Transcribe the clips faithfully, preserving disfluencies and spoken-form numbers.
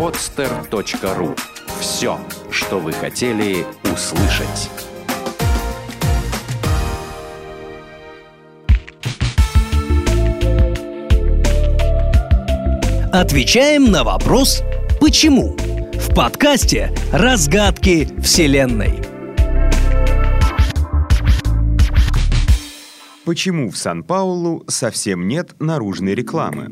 подстер точка ру. Все, что вы хотели услышать. Отвечаем на вопрос «Почему?» в подкасте «Разгадки Вселенной». Почему в Сан-Паулу совсем нет наружной рекламы?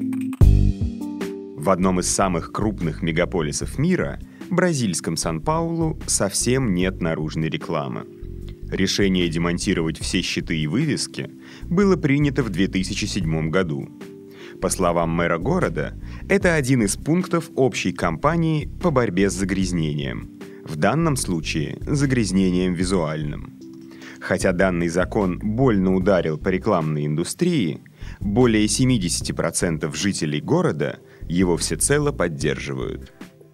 В одном из самых крупных мегаполисов мира, бразильском Сан-Паулу, совсем нет наружной рекламы. Решение демонтировать все щиты и вывески было принято в две тысячи седьмом году. По словам мэра города, это один из пунктов общей кампании по борьбе с загрязнением. В данном случае загрязнением визуальным. Хотя данный закон больно ударил по рекламной индустрии, более семьдесят процентов жителей города его всецело поддерживают.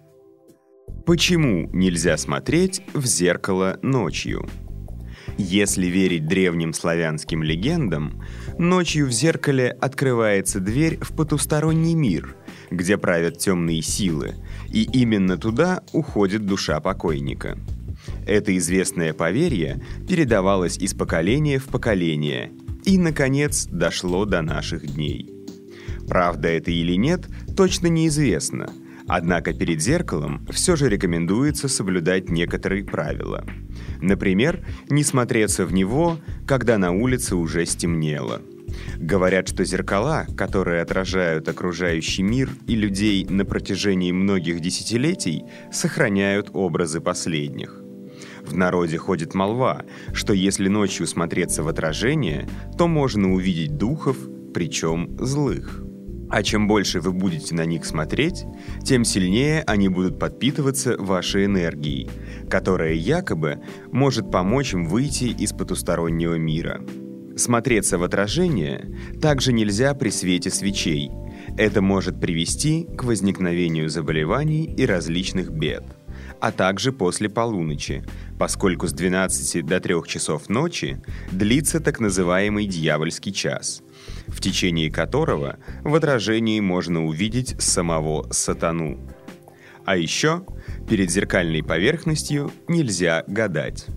Почему нельзя смотреть в зеркало ночью? Если верить древним славянским легендам, ночью в зеркале открывается дверь в потусторонний мир, где правят темные силы, и именно туда уходит душа покойника. Это известное поверье передавалось из поколения в поколение и, наконец, дошло до наших дней. Правда это или нет, точно неизвестно, однако перед зеркалом все же рекомендуется соблюдать некоторые правила. Например, не смотреться в него, когда на улице уже стемнело. Говорят, что зеркала, которые отражают окружающий мир и людей на протяжении многих десятилетий, сохраняют образы последних. В народе ходит молва, что если ночью смотреться в отражение, то можно увидеть духов, причем злых. А чем больше вы будете на них смотреть, тем сильнее они будут подпитываться вашей энергией, которая якобы может помочь им выйти из потустороннего мира. Смотреться в отражение также нельзя при свете свечей. Это может привести к возникновению заболеваний и различных бед, а также после полуночи, поскольку с двенадцати до трёх часов ночи длится так называемый дьявольский час, в течение которого в отражении можно увидеть самого сатану. А еще перед зеркальной поверхностью нельзя гадать.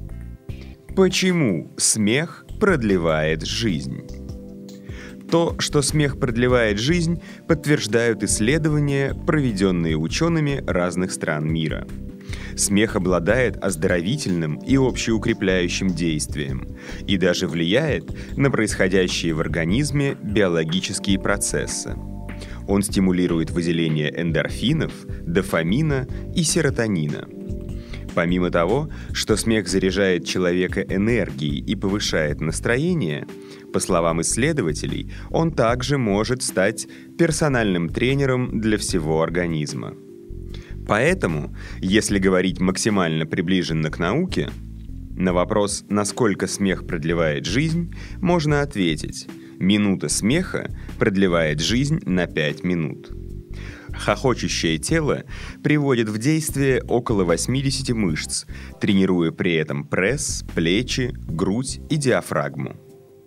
Почему смех продлевает жизнь? То, что смех продлевает жизнь, подтверждают исследования, проведенные учеными разных стран мира. Смех обладает оздоровительным и общеукрепляющим действием и даже влияет на происходящие в организме биологические процессы. Он стимулирует выделение эндорфинов, дофамина и серотонина. Помимо того, что смех заряжает человека энергией и повышает настроение, по словам исследователей, он также может стать персональным тренером для всего организма. Поэтому, если говорить максимально приближенно к науке, на вопрос, насколько смех продлевает жизнь, можно ответить: минута смеха продлевает жизнь на пять минут. Хохочущее тело приводит в действие около восемьдесят мышц, тренируя при этом пресс, плечи, грудь и диафрагму.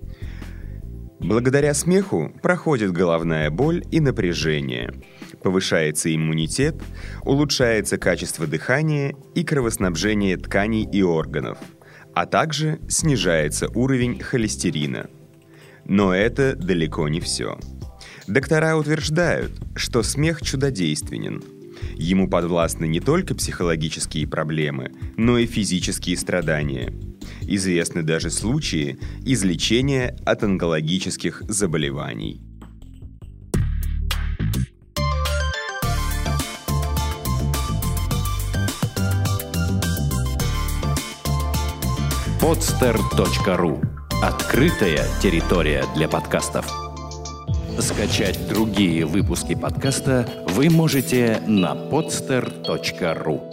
Благодаря смеху проходит головная боль и напряжение, повышается иммунитет, улучшается качество дыхания и кровоснабжение тканей и органов, а также снижается уровень холестерина. Но это далеко не все. Доктора утверждают, что смех чудодейственен. Ему подвластны не только психологические проблемы, но и физические страдания. Известны даже случаи излечения от онкологических заболеваний. подстер точка ру. Открытая территория для подкастов. Скачать другие выпуски подкаста вы можете на подстер точка ру.